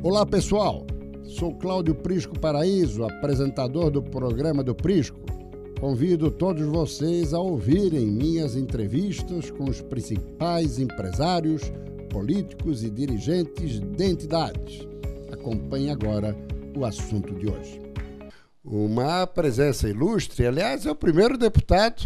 Olá, pessoal. Sou Cláudio Prisco Paraíso, apresentador do programa do Prisco. Convido todos vocês a ouvirem minhas entrevistas com os principais empresários, políticos e dirigentes de entidades. Acompanhe agora o assunto de hoje. Uma presença ilustre, aliás, é o primeiro deputado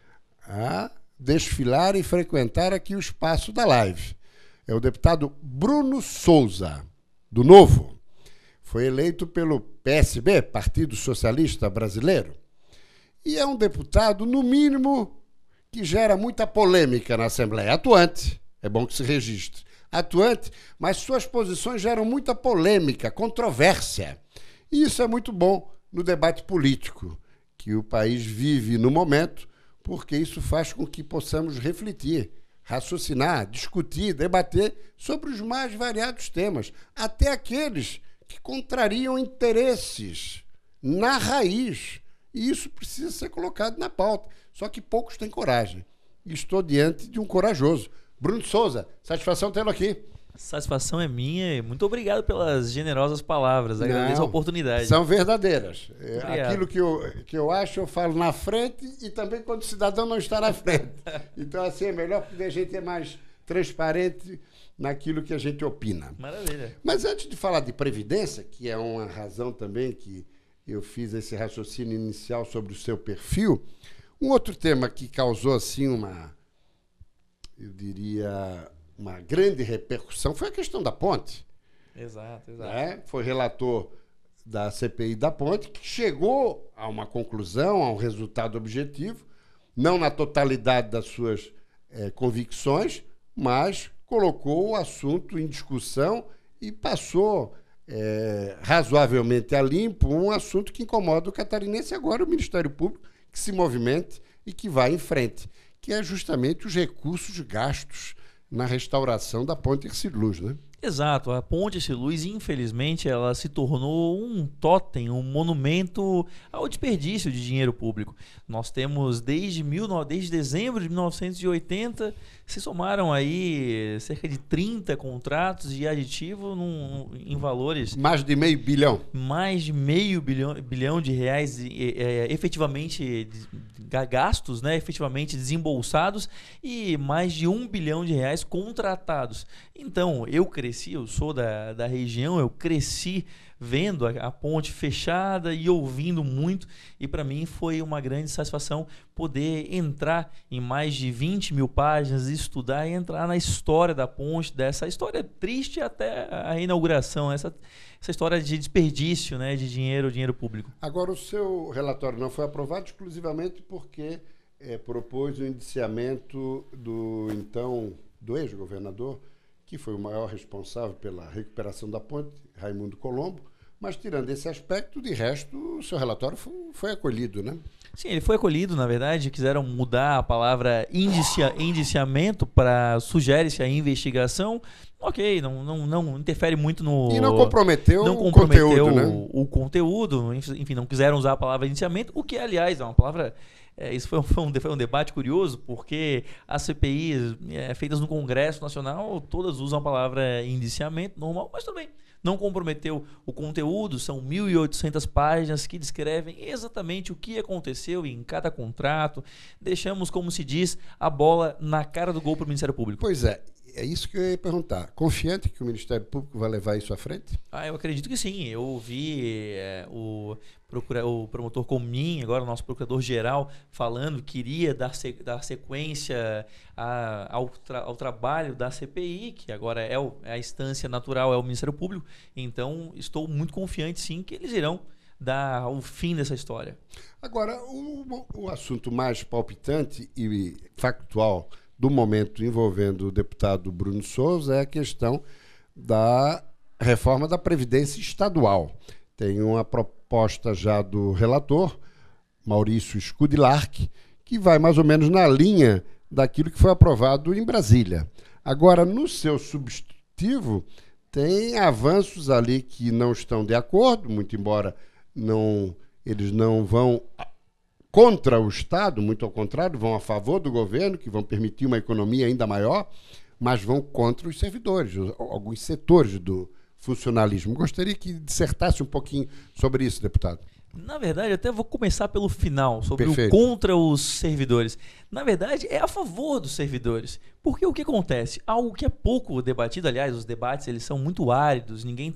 a desfilar e frequentar aqui o espaço da live. É o deputado Bruno Souza, do Novo. Foi eleito pelo PSB, Partido Socialista Brasileiro. E é um deputado, no mínimo, que gera muita polêmica na Assembleia. Atuante, é bom que se registre. Atuante, mas suas posições geram muita polêmica, controvérsia. E isso é muito bom no debate político que o país vive no momento, porque isso faz com que possamos refletir, raciocinar, discutir, debater sobre os mais variados temas, até aqueles que contrariam interesses na raiz. E isso precisa ser colocado na pauta. Só que poucos têm coragem. E estou diante de um corajoso. Bruno Souza, satisfação tê-lo aqui. Satisfação é minha e muito obrigado pelas generosas palavras. Agradeço a oportunidade. São verdadeiras. Aquilo que eu acho, eu falo na frente e também quando o cidadão não está na frente. Então, assim, é melhor porque a gente é mais transparente naquilo que a gente opina. Maravilha. Mas antes de falar de Previdência, que é uma razão também que eu fiz esse raciocínio inicial sobre o seu perfil, um outro tema que causou, assim, eu diria, uma grande repercussão foi a questão da ponte. Exato. Né? Foi relator da CPI da ponte, que chegou a uma conclusão, a um resultado objetivo, não na totalidade das suas convicções, mas colocou o assunto em discussão e passou razoavelmente a limpo um assunto que incomoda o catarinense, agora o Ministério Público, que se movimente e que vai em frente, que é justamente os recursos gastos na restauração da ponte Hercílio-Luz, né? Exato, a ponte Hercílio-Luz, infelizmente, ela se tornou um tótem, um monumento ao desperdício de dinheiro público. Nós temos, desde dezembro de 1980, se somaram aí cerca de 30 contratos de aditivo em valores... Mais de meio bilhão. Mais de meio bilhão de reais efetivamente gastos, né, efetivamente desembolsados, e mais de 1 bilhão de reais contratados. Então, eu sou da região, eu cresci vendo a ponte fechada e ouvindo muito, e para mim foi uma grande satisfação poder entrar em mais de 20 mil páginas, estudar e entrar na história da ponte, dessa história triste até a inauguração, essa história de desperdício, né, de dinheiro público. Agora, o seu relatório não foi aprovado exclusivamente porque propôs o indiciamento do ex-governador, que foi o maior responsável pela recuperação da ponte, Raimundo Colombo, mas tirando esse aspecto, de resto, o seu relatório foi acolhido, né? Sim, ele foi acolhido, na verdade, quiseram mudar a palavra indiciamento para sugere-se a investigação. Ok, não interfere muito no... E não comprometeu o conteúdo, né? O conteúdo, enfim, não quiseram usar a palavra indiciamento, o que, aliás, é uma palavra... Isso foi um debate curioso, porque as CPIs feitas no Congresso Nacional, todas usam a palavra indiciamento, normal, mas também não comprometeu o conteúdo. São 1.800 páginas que descrevem exatamente o que aconteceu em cada contrato. Deixamos, como se diz, a bola na cara do gol para o Ministério Público. Pois é isso que eu ia perguntar. Confiante que o Ministério Público vai levar isso à frente? Eu acredito que sim. Eu ouvi o promotor Comin, agora o nosso procurador-geral, falando que iria dar sequência ao trabalho da CPI, que agora é a instância natural, é o Ministério Público. Então, estou muito confiante, sim, que eles irão dar o fim dessa história. Agora, o assunto mais palpitante e factual do momento envolvendo o deputado Bruno Souza é a questão da reforma da Previdência Estadual. Tem uma proposta já do relator, Maurício Scudilarc, que vai mais ou menos na linha daquilo que foi aprovado em Brasília. Agora, no seu substitutivo, tem avanços ali que não estão de acordo, muito embora eles não vão contra o Estado, muito ao contrário, vão a favor do governo, que vão permitir uma economia ainda maior, mas vão contra os servidores, alguns setores do funcionalismo. Gostaria que dissertasse um pouquinho sobre isso, deputado. Na verdade, até vou começar pelo final, sobre Perfeito. o contra os servidores. Na verdade, é a favor dos servidores. Porque o que acontece? Algo que é pouco debatido, aliás, os debates eles são muito áridos, ninguém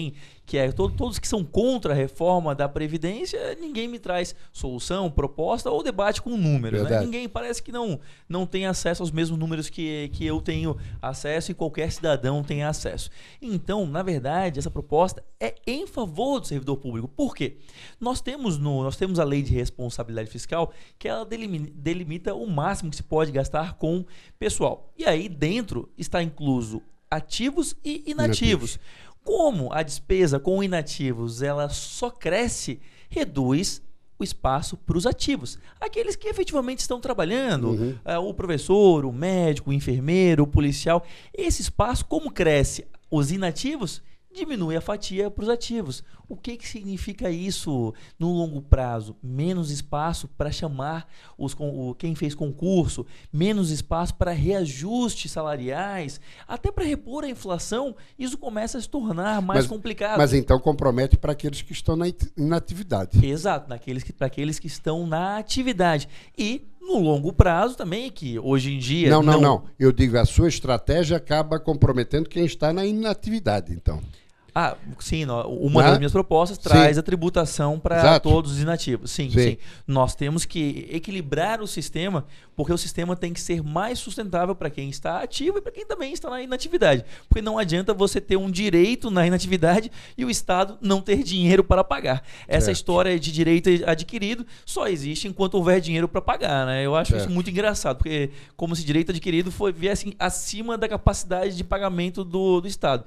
todos que são contra a reforma da Previdência, ninguém me traz solução, proposta ou debate com números. Né? Ninguém parece que não tem acesso aos mesmos números que eu tenho acesso e qualquer cidadão tem acesso. Então, na verdade, essa proposta é em favor do servidor público. Por quê? Nós temos a lei de responsabilidade fiscal que ela delimita o máximo que se pode gastar com pessoal. E aí dentro está incluso ativos e inativos. Como a despesa com inativos ela só cresce, reduz o espaço para os ativos. Aqueles que efetivamente estão trabalhando, o professor, o médico, o enfermeiro, o policial. Esse espaço, como cresce os inativos, diminui a fatia para os ativos. O que significa isso no longo prazo? Menos espaço para chamar quem fez concurso, menos espaço para reajustes salariais, até para repor a inflação. Isso começa a se tornar mais complicado. Mas então compromete para aqueles que estão na inatividade. Exato, para aqueles que estão na atividade. E no longo prazo também, que hoje em dia... Não. Eu digo, a sua estratégia acaba comprometendo quem está na inatividade, então. Sim, uma das minhas propostas traz a tributação para todos os inativos. Sim. Nós temos que equilibrar o sistema, porque o sistema tem que ser mais sustentável para quem está ativo e para quem também está na inatividade. Porque não adianta você ter um direito na inatividade e o Estado não ter dinheiro para pagar. Essa história de direito adquirido só existe enquanto houver dinheiro para pagar. Né? Eu acho isso muito engraçado, porque como se direito adquirido viesse acima da capacidade de pagamento do Estado.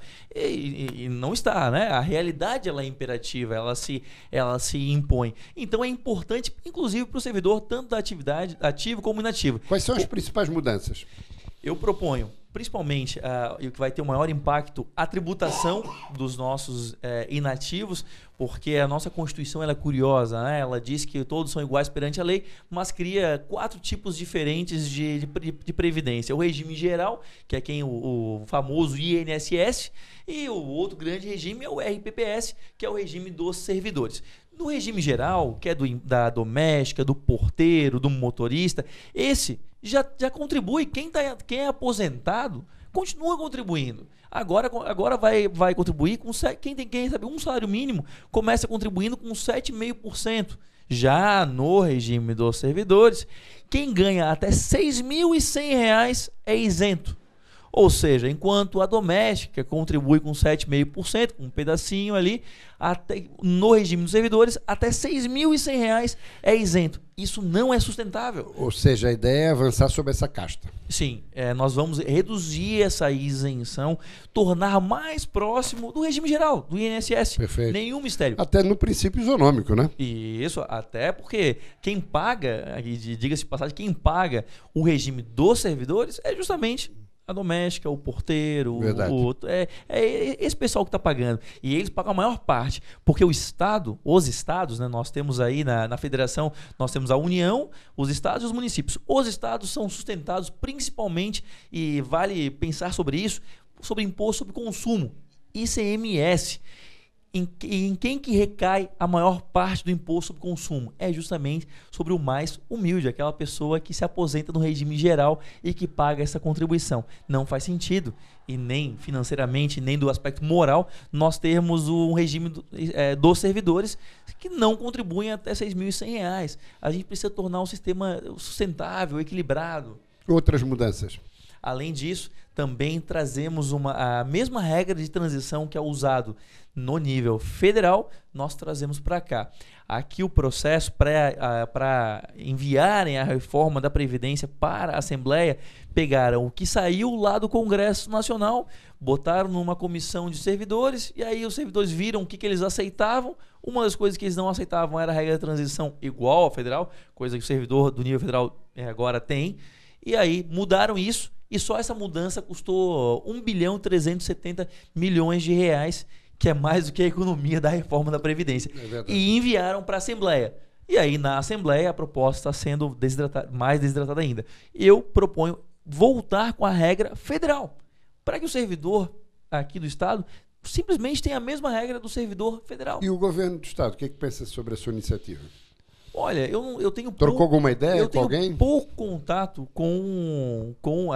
E não está, né? A realidade ela é imperativa, ela se impõe. Então é importante, inclusive para o servidor, tanto da atividade ativo como inativo. Quais são as principais mudanças? Eu proponho, principalmente, e o que vai ter o maior impacto, a tributação dos nossos inativos, porque a nossa Constituição ela é curiosa, né? Ela diz que todos são iguais perante a lei, mas cria 4 tipos diferentes de previdência. O regime geral, que é o famoso INSS, e o outro grande regime é o RPPS, que é o regime dos servidores. No regime geral, que é da doméstica, do porteiro, do motorista, esse já contribui. Quem é aposentado continua contribuindo. Agora vai contribuir com quem recebe um salário mínimo começa contribuindo com 7,5%. Já no regime dos servidores, quem ganha até R$ 6.100 é isento. Ou seja, enquanto a doméstica contribui com 7,5%, com um pedacinho ali, no regime dos servidores, até R$ 6.100 é isento. Isso não é sustentável. Ou seja, a ideia é avançar sobre essa casta. Sim, nós vamos reduzir essa isenção, tornar mais próximo do regime geral, do INSS. Perfeito. Nenhum mistério. Até no princípio isonômico, né? Isso, até porque quem paga, diga-se de passagem, quem paga o regime dos servidores é justamente a doméstica, o porteiro, esse pessoal que está pagando. E eles pagam a maior parte, porque os estados, né, nós temos aí na federação, nós temos a União, os estados e os municípios. Os estados são sustentados principalmente, e vale pensar sobre isso, sobre imposto sobre consumo, ICMS. Em quem que recai a maior parte do imposto sobre consumo? É justamente sobre o mais humilde, aquela pessoa que se aposenta no regime geral e que paga essa contribuição. Não faz sentido, e nem financeiramente, nem do aspecto moral, nós termos um regime dos servidores que não contribuem até R$ 6.100. A gente precisa tornar o sistema sustentável, equilibrado. Outras mudanças. Além disso, também trazemos a mesma regra de transição que é usado no nível federal, nós trazemos para cá. Aqui o processo para enviarem a reforma da Previdência para a Assembleia, pegaram o que saiu lá do Congresso Nacional, botaram numa comissão de servidores, e aí os servidores viram o que eles aceitavam. Uma das coisas que eles não aceitavam era a regra de transição igual ao federal, coisa que o servidor do nível federal agora tem, e aí mudaram isso. E só essa mudança custou R$1,370 bilhão, que é mais do que a economia da reforma da Previdência. E enviaram para a Assembleia. E aí, na Assembleia, a proposta está sendo mais desidratada ainda. Eu proponho voltar com a regra federal, para que o servidor aqui do Estado simplesmente tem a mesma regra do servidor federal. E o governo do Estado, o que pensa sobre a sua iniciativa? Olha, eu tenho Trocou alguma ideia com alguém? Eu tenho pouco contato com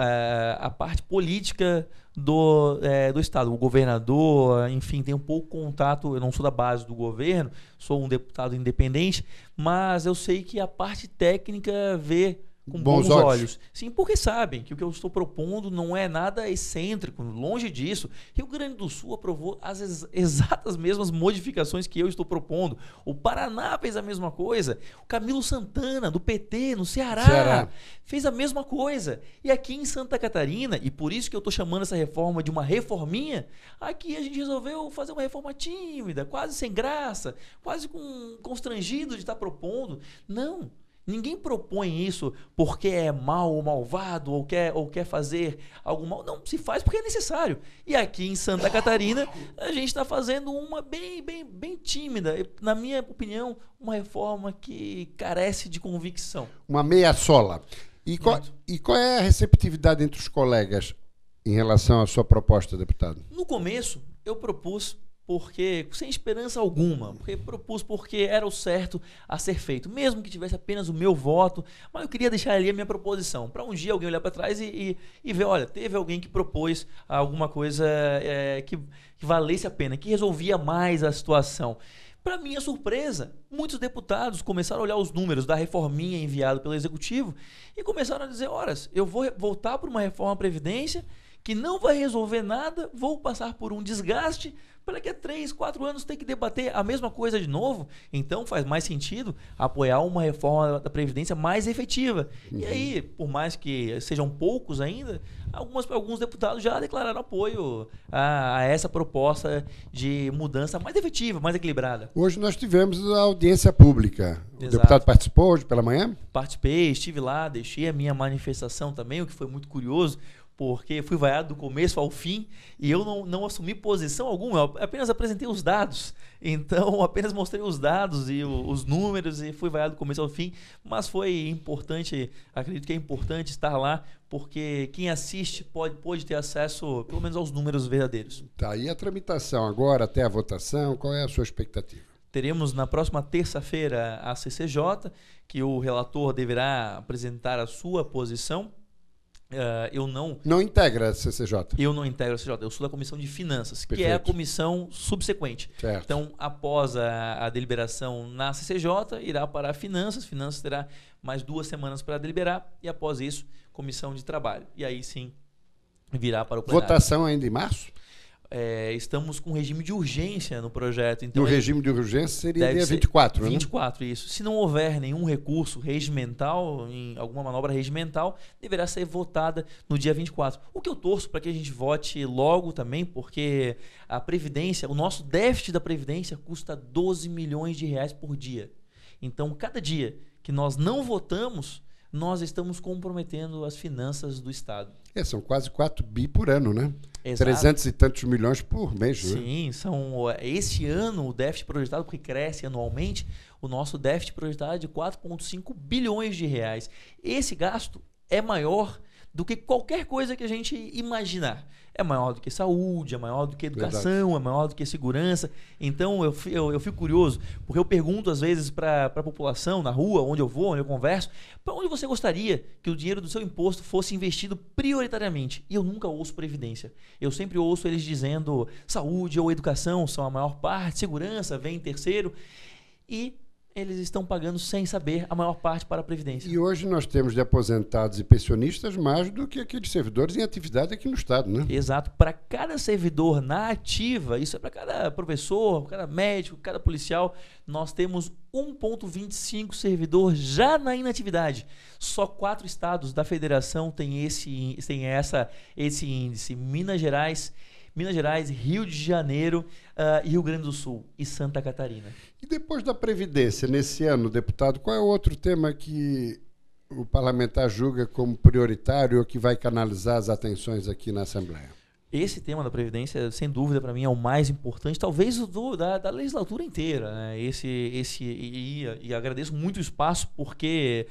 a parte política do Estado. O governador, enfim, tenho pouco contato. Eu não sou da base do governo, sou um deputado independente, mas eu sei que a parte técnica vê com bons olhos. Sim, porque sabem que o que eu estou propondo não é nada excêntrico, longe disso. Rio Grande do Sul aprovou as exatas mesmas modificações que eu estou propondo. O Paraná fez a mesma coisa. O Camilo Santana, do PT, no Ceará, fez a mesma coisa. E aqui em Santa Catarina, e por isso que eu estou chamando essa reforma de uma reforminha, aqui a gente resolveu fazer uma reforma tímida, quase sem graça, quase constrangido de estar propondo. Não. Ninguém propõe isso porque é mal ou malvado ou quer fazer algo mal. Não, se faz porque é necessário. E aqui em Santa Catarina, a gente está fazendo uma bem tímida. Na minha opinião, uma reforma que carece de convicção. Uma meia sola. E qual é a receptividade entre os colegas em relação à sua proposta, deputado? No começo, eu propus porque sem esperança alguma, porque era o certo a ser feito, mesmo que tivesse apenas o meu voto, mas eu queria deixar ali a minha proposição, para um dia alguém olhar para trás e ver, olha, teve alguém que propôs alguma coisa que valesse a pena, que resolvia mais a situação. Para minha surpresa, muitos deputados começaram a olhar os números da reforminha enviada pelo Executivo e começaram a dizer, horas, eu vou voltar para uma reforma da Previdência que não vai resolver nada, vou passar por um desgaste para daqui a 3, 4 anos ter que debater a mesma coisa de novo. Então faz mais sentido apoiar uma reforma da Previdência mais efetiva. Uhum. E aí, por mais que sejam poucos ainda, alguns deputados já declararam apoio a essa proposta de mudança mais efetiva, mais equilibrada. Hoje nós tivemos a audiência pública. O deputado participou hoje pela manhã? Participei, estive lá, deixei a minha manifestação também, o que foi muito curioso, porque fui vaiado do começo ao fim e eu não assumi posição alguma, eu apenas apresentei os dados. Então, apenas mostrei os dados e os números e fui vaiado do começo ao fim, mas foi importante, acredito que é importante estar lá, porque quem assiste pode ter acesso, pelo menos, aos números verdadeiros. Tá, e a tramitação agora, até a votação, qual é a sua expectativa? Teremos na próxima terça-feira a CCJ, que o relator deverá apresentar a sua posição. Eu não integra a CCJ. Eu não integro a CCJ, eu sou da Comissão de Finanças, Perfeito. Que é a comissão subsequente. Certo. Então, após a deliberação na CCJ, irá para a Finanças terá mais 2 semanas para deliberar, e após isso, Comissão de Trabalho. E aí sim, virá para o plenário. Votação ainda em março? Estamos com regime de urgência no projeto. Então, o regime de urgência seria dia 24, né? 24, isso. Se não houver nenhum recurso regimental, em alguma manobra regimental, deverá ser votada no dia 24. O que eu torço para que a gente vote logo também, porque a Previdência, o nosso déficit da Previdência custa 12 milhões de reais por dia. Então, cada dia que nós não votamos, nós estamos comprometendo as finanças do Estado. São quase 4 bi por ano, né? Exato. 300 e tantos milhões por mês. Sim, esse ano o déficit projetado, porque cresce anualmente, o nosso déficit projetado é de 4,5 bilhões de reais. Esse gasto é maior do que qualquer coisa que a gente imaginar. É maior do que saúde, é maior do que educação, verdade, é maior do que segurança. Então eu fico curioso, porque eu pergunto às vezes para a população, na rua, onde eu vou, onde eu converso, para onde você gostaria que o dinheiro do seu imposto fosse investido prioritariamente? E eu nunca ouço Previdência. Eu sempre ouço eles dizendo saúde ou educação são a maior parte, segurança vem em terceiro, e eles estão pagando sem saber a maior parte para a Previdência. E hoje nós temos de aposentados e pensionistas mais do que aqueles servidores em atividade aqui no Estado, né? Exato. Para cada servidor na ativa, isso é para cada professor, cada médico, cada policial, nós temos 1,25 servidor já na inatividade. Só 4 estados da federação têm esse índice. Minas Gerais, Rio de Janeiro, Rio Grande do Sul e Santa Catarina. E depois da Previdência, nesse ano, deputado, qual é o outro tema que o parlamentar julga como prioritário ou que vai canalizar as atenções aqui na Assembleia? Esse tema da Previdência, sem dúvida, para mim é o mais importante, talvez da legislatura inteira, né? E agradeço muito o espaço, porque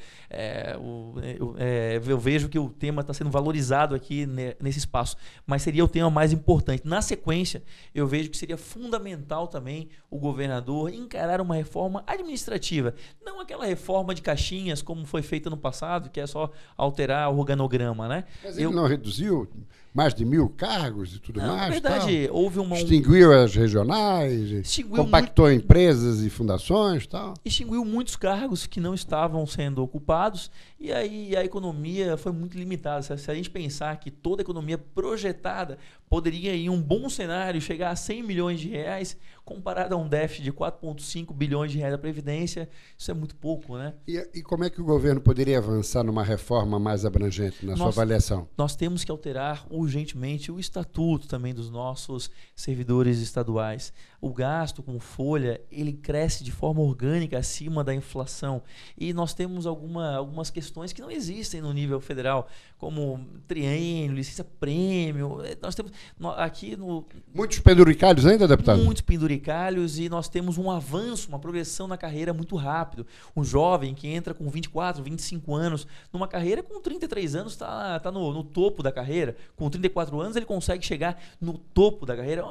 eu vejo que o tema está sendo valorizado aqui nesse espaço, mas seria o tema mais importante. Na sequência, eu vejo que seria fundamental também o governador encarar uma reforma administrativa, não aquela reforma de caixinhas como foi feita no passado, que é só alterar o organograma, né? Mas ele não reduziu mais de 1.000 cargos e tudo mais? Na verdade, tal. houve uma... Extinguiu as regionais, compactou empresas e fundações, tal. Extinguiu muitos cargos que não estavam sendo ocupados, e aí a economia foi muito limitada. Se a gente pensar que toda a economia projetada poderia, em um bom cenário, chegar a 100 milhões de reais, comparado a um déficit de 4,5 bilhões de reais da Previdência, isso é muito pouco, né? E como é que o governo poderia avançar numa reforma mais abrangente, na sua avaliação? Nós temos que alterar urgentemente o estatuto também dos nossos servidores estaduais. O gasto com folha, ele cresce de forma orgânica acima da inflação. E nós temos algumas questões que não existem no nível federal, como triênio, licença-prêmio. Nós temos aqui no... Muitos penduricalhos ainda, deputado? Muitos penduricalhos, e nós temos um avanço, uma progressão na carreira muito rápido. Um jovem que entra com 24, 25 anos numa carreira, com 33 anos está no topo da carreira. Com 34 anos ele consegue chegar no topo da carreira.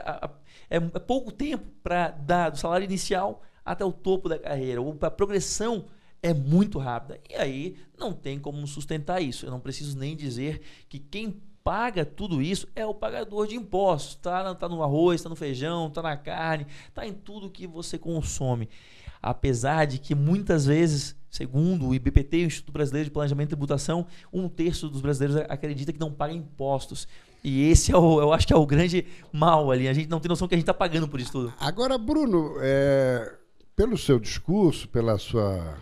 É pouco tempo para dar do salário inicial até o topo da carreira. A progressão é muito rápida. E aí não tem como sustentar isso. Eu não preciso nem dizer que quem paga tudo isso é o pagador de impostos. Tá no arroz, tá no feijão, tá na carne, tá em tudo que você consome. Apesar de que muitas vezes, segundo o IBPT, o Instituto Brasileiro de Planejamento e Tributação, 1/3 dos brasileiros acredita que não paga impostos. E esse eu acho que é o grande mal ali. A gente não tem noção que a gente está pagando por isso tudo. Agora, Bruno, pelo seu discurso, pela sua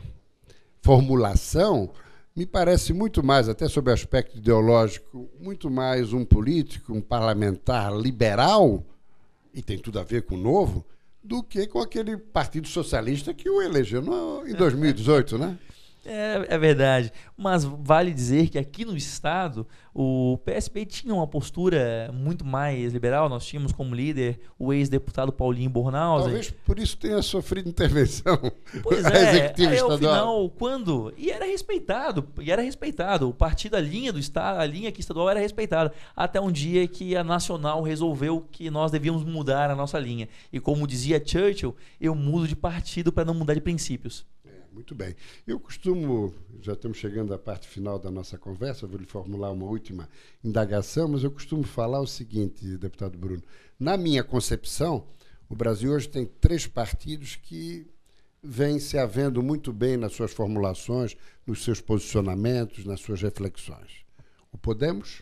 formulação, me parece muito mais, até sob o aspecto ideológico, muito mais um político, um parlamentar liberal, e tem tudo a ver com o Novo, do que com aquele Partido Socialista que o elegeu em 2018, né? É verdade, mas vale dizer que aqui no estado o PSB tinha uma postura muito mais liberal. Nós tínhamos como líder o ex-deputado Paulinho Bornhausen. Talvez por isso tenha sofrido intervenção. Pois executiva aí, estadual. Ao final, e era respeitado, o partido, a linha do estado, a linha aqui estadual era respeitada, até um dia que a nacional resolveu que nós devíamos mudar a nossa linha. E como dizia Churchill, eu mudo de partido para não mudar de princípios. Muito bem. Eu costumo, já estamos chegando à parte final da nossa conversa, vou lhe formular uma última indagação, mas eu costumo falar o seguinte, deputado Bruno. Na minha concepção, o Brasil hoje tem 3 partidos que vêm se havendo muito bem nas suas formulações, nos seus posicionamentos, nas suas reflexões. O Podemos,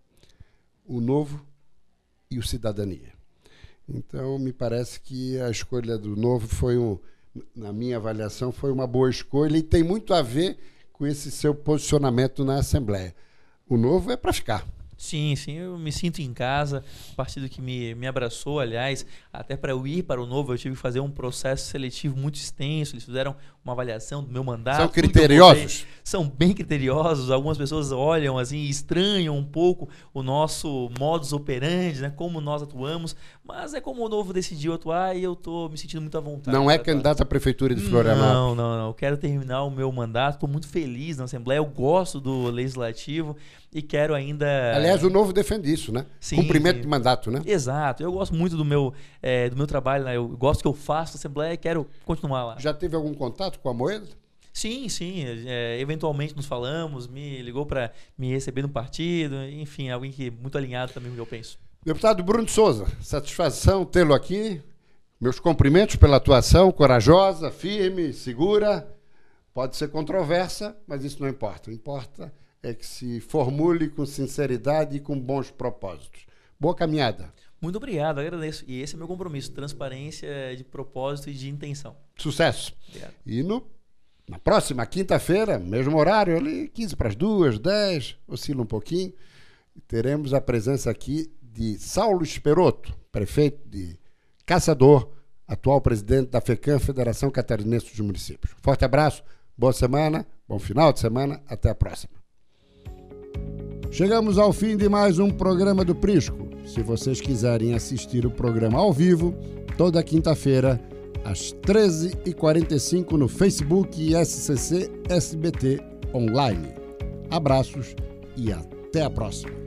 o Novo e o Cidadania. Então, me parece que a escolha do Novo foi na minha avaliação, foi uma boa escolha e tem muito a ver com esse seu posicionamento na Assembleia. O Novo é para ficar. Sim, eu me sinto em casa, um partido que me abraçou, aliás, até para eu ir para o Novo eu tive que fazer um processo seletivo muito extenso, eles fizeram uma avaliação do meu mandato. São criteriosos? São bem criteriosos, algumas pessoas olham assim, estranham um pouco o nosso modus operandi, né, como nós atuamos, mas é como o Novo decidiu atuar e eu estou me sentindo muito à vontade. Não é candidato à Prefeitura de Florianópolis? Não, eu quero terminar o meu mandato, estou muito feliz na Assembleia, eu gosto do Legislativo e quero ainda... Aliás, o Novo defende isso, né? Sim, cumprimento de mandato, né? Exato. Eu gosto muito do meu trabalho, né? Eu gosto que eu faço na Assembleia e quero continuar lá. Já teve algum contato com a Moeda? Sim. Eventualmente nos falamos, me ligou para me receber no partido, enfim, alguém que é muito alinhado também com o que eu penso. Deputado Bruno de Souza, satisfação tê-lo aqui. Meus cumprimentos pela atuação corajosa, firme, segura. Pode ser controversa, mas isso não importa. O que importa é que se formule com sinceridade e com bons propósitos. Boa caminhada. Muito obrigado, agradeço. E esse é o meu compromisso, transparência de propósito e de intenção. Sucesso. Obrigado. E na próxima quinta-feira, mesmo horário, ali 15:45, 10, oscila um pouquinho, teremos a presença aqui de Saulo Esperotto, prefeito de Caçador, atual presidente da FECAM, Federação Catarinense dos Municípios. Forte abraço, boa semana, bom final de semana, até a próxima. Chegamos ao fim de mais um programa do Prisco. se vocês quiserem assistir o programa ao vivo, toda quinta-feira, às 13h45 no Facebook e SCC SBT Online. Abraços e até a próxima.